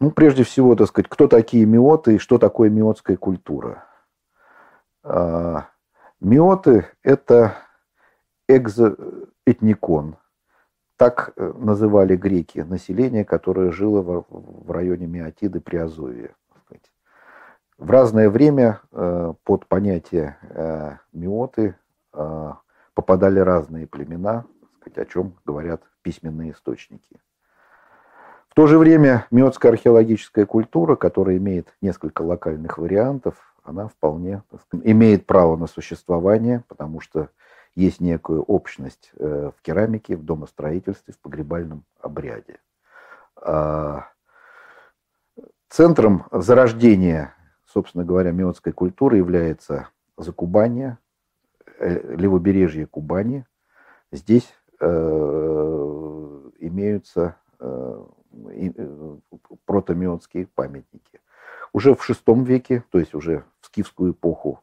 Ну, прежде всего, так сказать, кто такие миоты и что такое миотская культура? Миоты – это экзоэтникон. Так называли греки население, которое жило в районе Миотиды, Приазовья. В разное время под понятие миоты попадали разные племена, о чем говорят письменные источники. В то же время миотская археологическая культура, которая имеет несколько локальных вариантов, она вполне имеет право на существование, потому что есть некая общность в керамике, в домостроительстве, в погребальном обряде. Центром зарождения, собственно говоря, миотской культуры является Закубанье, левобережье Кубани. Здесь имеются протомиотские памятники. Уже в VI веке, то есть уже в скифскую эпоху,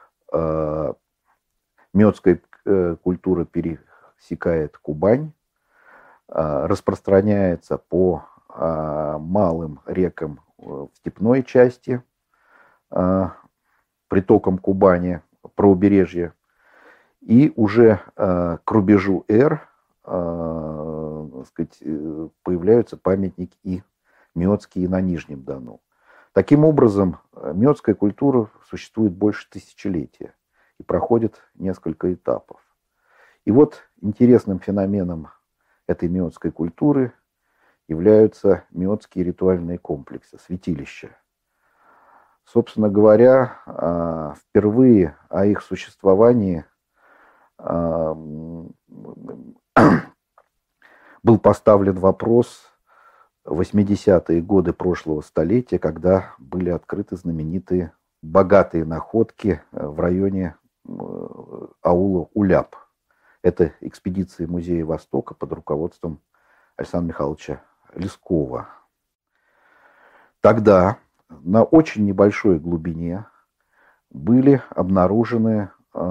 миотская культура пересекает Кубань, распространяется по малым рекам в степной части, притокам Кубани, правобережья, и уже к рубежу Р появляются памятники и миотские на Нижнем Дону. Таким образом, миотская культура существует больше тысячелетия и проходит несколько этапов. И вот интересным феноменом этой миотской культуры являются миотские ритуальные комплексы, святилища. Собственно говоря, впервые о их существовании был поставлен вопрос в 80-е годы прошлого столетия, когда были открыты знаменитые богатые находки в районе аула Уляп. Это экспедиции Музея Востока под руководством Александра Михайловича Лескова. Тогда на очень небольшой глубине были обнаружены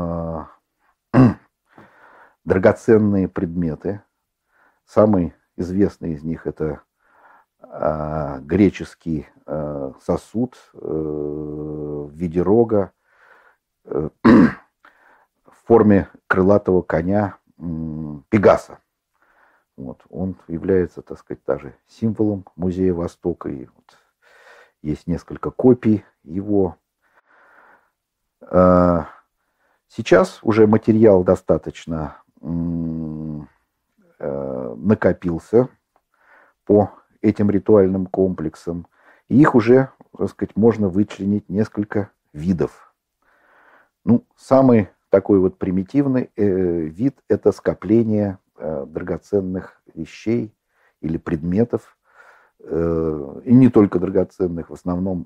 драгоценные предметы. Самый известный из них – это греческий сосуд в виде рога в форме крылатого коня Пегаса. Вот. Он является, так сказать, даже символом Музея Востока. И вот есть несколько копий его. Сейчас уже материал достаточно накопился по этим ритуальным комплексам. И их уже, так сказать, можно вычленить несколько видов. Ну, самый такой вот примитивный вид – это скопление драгоценных вещей или предметов. И не только драгоценных, в основном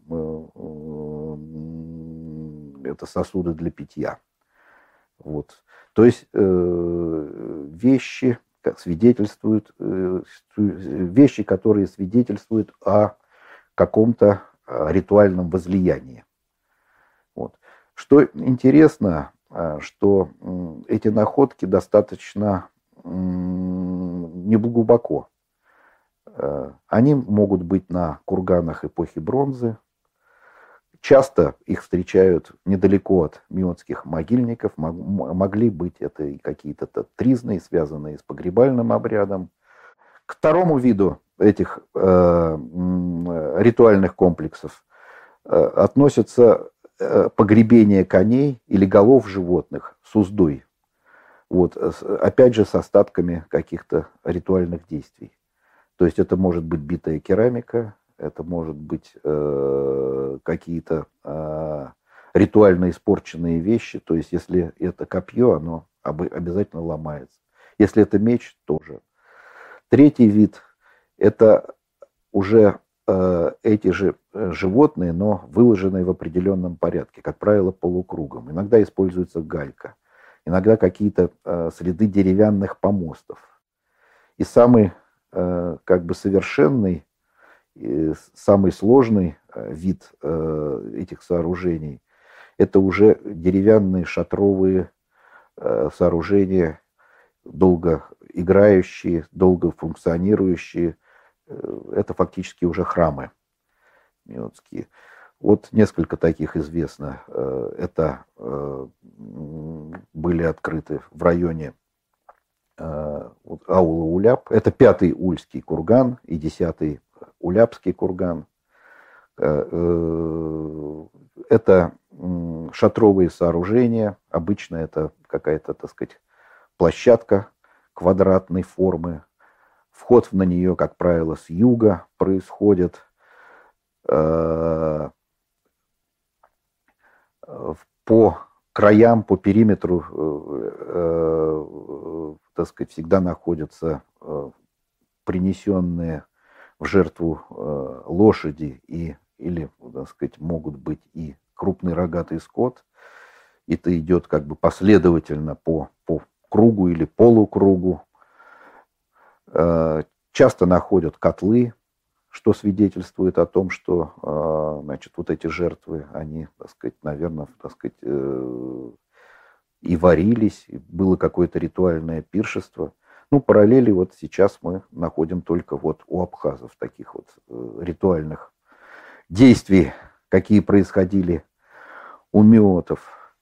это сосуды для питья. Вот. То есть вещи, вещи, которые свидетельствуют о каком-то ритуальном возлиянии. Вот. Что интересно, что эти находки достаточно неглубоко. Они могут быть на курганах эпохи бронзы. Часто их встречают недалеко от миотских могильников. Могли быть это и какие-то тризны, связанные с погребальным обрядом. К второму виду этих ритуальных комплексов относятся погребение коней или голов животных с уздой. Вот, опять же, с остатками каких-то ритуальных действий. То есть это может быть битая керамика, это может быть какие-то ритуально испорченные вещи. То есть если это копье, оно обязательно ломается. Если это меч, тоже. Третий вид – это уже эти же животные, но выложенные в определенном порядке, как правило, полукругом. Иногда используется галька, иногда какие-то следы деревянных помостов. И самый как бы совершенный, самый сложный вид этих сооружений – это уже деревянные шатровые сооружения, долго играющие, долго функционирующие. Это фактически уже храмы. миотские. Вот несколько таких известно. Это были открыты в районе аула Уляп. Это 5-й Ульский курган и 10-й Уляпский курган. Это шатровые сооружения. Обычно это какая-то, так сказать, площадка квадратной формы. Вход на нее, как правило, с юга происходит. По краям, по периметру, так сказать, всегда находятся принесенные в жертву лошади или, так сказать, могут быть и крупный рогатый скот. Это идет как бы последовательно по кругу или полукругу. Часто находят котлы, что свидетельствует о том, что, значит, вот эти жертвы, они, так сказать, наверное, так сказать, и варились, и было какое-то ритуальное пиршество. Ну, параллели вот сейчас мы находим только вот у абхазов таких вот ритуальных действий, какие происходили у миотов.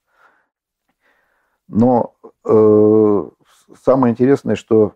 Но самое интересное, что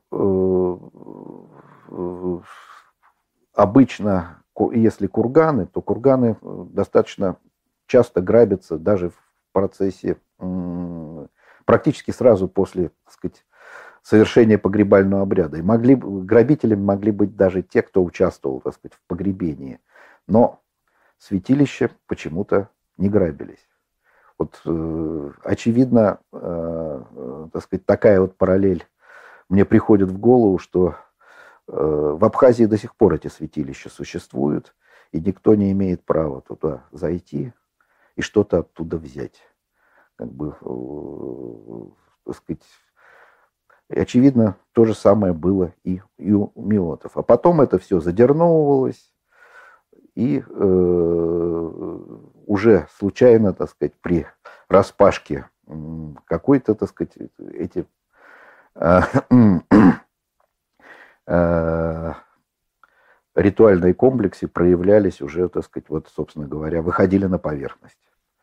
обычно, если курганы, то курганы достаточно часто грабятся даже в процессе, практически сразу после, так сказать, совершения погребального обряда. И грабителями могли быть даже те, кто участвовал, так сказать, в погребении. Но святилища почему-то не грабились. Вот, очевидно, так сказать, такая вот параллель мне приходит в голову, что в Абхазии до сих пор эти святилища существуют, и никто не имеет права туда зайти и что-то оттуда взять. Как бы, так сказать, очевидно, то же самое было и у миотов. А потом это все задерновывалось, и уже случайно, так сказать, при распашке какой-то, так сказать, эти ритуальные комплексы проявлялись уже, так сказать, вот, собственно говоря, выходили на поверхность.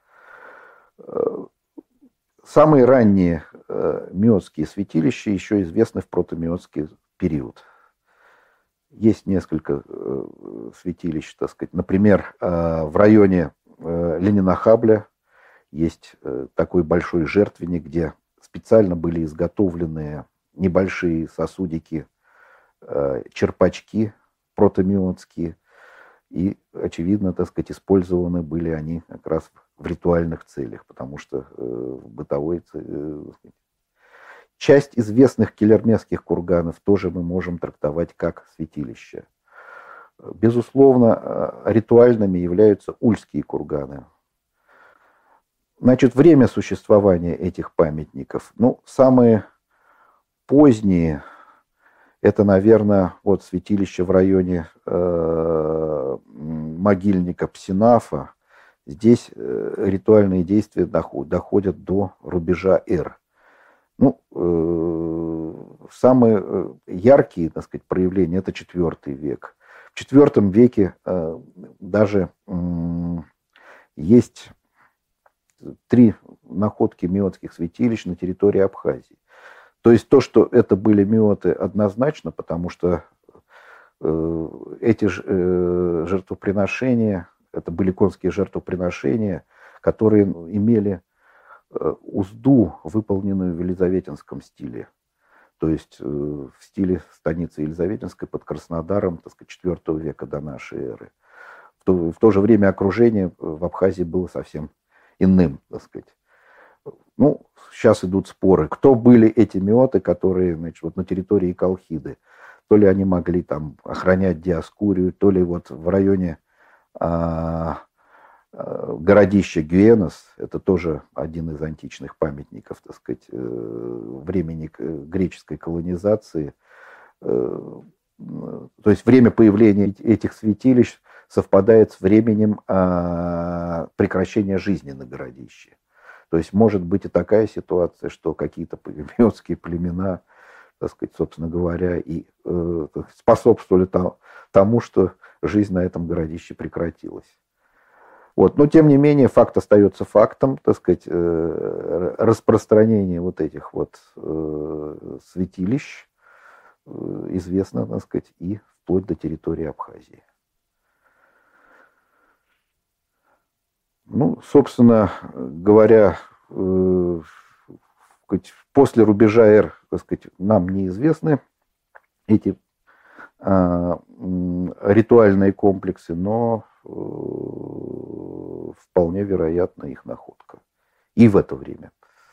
Самые ранние миотские святилища еще известны в протомиотский период. Есть несколько святилищ, так сказать. Например, в районе Ленинахабля есть такой большой жертвенник, где специально были изготовлены небольшие сосудики, черпачки протомиотские. И, очевидно, так сказать, использованы были они как раз в ритуальных целях, потому что в бытовой часть известных килермесских курганов тоже мы можем трактовать как святилища. Безусловно, ритуальными являются ульские курганы. Значит, время существования этих памятников, ну, самые поздние, это, наверное, вот святилище в районе могильника Псинафа. Здесь ритуальные действия доходят до рубежа Р. Ну, самые яркие, так сказать, проявления – это IV век. В IV веке даже есть 3 находки миотских святилищ на территории Абхазии. То есть то, что это были миоты, однозначно, потому что эти жертвоприношения, это были конские жертвоприношения, которые имели узду, выполненную в елизаветинском стиле. То есть в стиле станицы Елизаветинской под Краснодаром, так сказать, IV века до нашей эры. В то же время окружение в Абхазии было совсем иным, так сказать. Ну, сейчас идут споры, кто были эти миоты, которые, значит, вот на территории Колхиды. То ли они могли там охранять Диоскурию, то ли вот в районе городища Гюенос, это тоже один из античных памятников, так сказать, времени греческой колонизации. То есть время появления этих святилищ совпадает с временем прекращения жизни на городище. То есть может быть и такая ситуация, что какие-то миотские племена, так сказать, собственно говоря, и способствовали тому, что жизнь на этом городище прекратилась. Вот. Но, тем не менее, факт остается фактом, так сказать, распространение вот этих вот святилищ известно, так сказать, и вплоть до территории Абхазии. Ну, собственно говоря, после рубежа Р, так сказать, нам неизвестны эти ритуальные комплексы, но вполне вероятна их находка и в это время.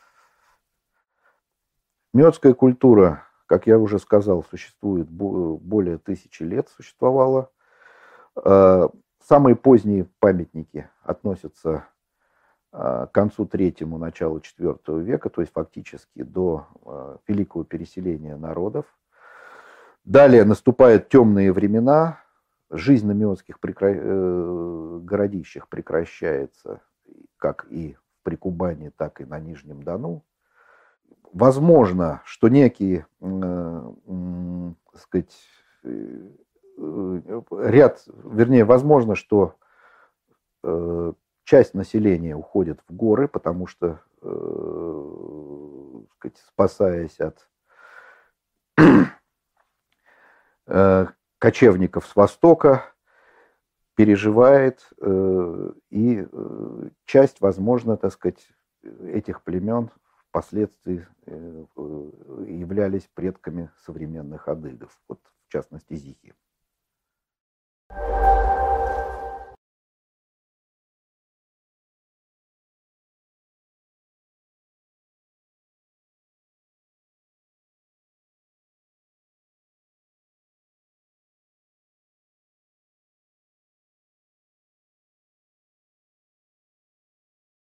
Мёдская культура, как я уже сказал, существует более 1000 лет существовала. Самые поздние памятники относятся к концу III, началу IV века, то есть фактически до великого переселения народов. Далее наступают темные времена, жизнь на мёдских городищах прекращается как и в Прикубани, так и на Нижнем Дону. Возможно, что некие, так сказать, возможно, что часть населения уходит в горы, потому что, так сказать, спасаясь от кочевников с востока, переживает, и часть, возможно, так сказать, этих племен впоследствии являлись предками современных адыгов, вот, в частности, зихи.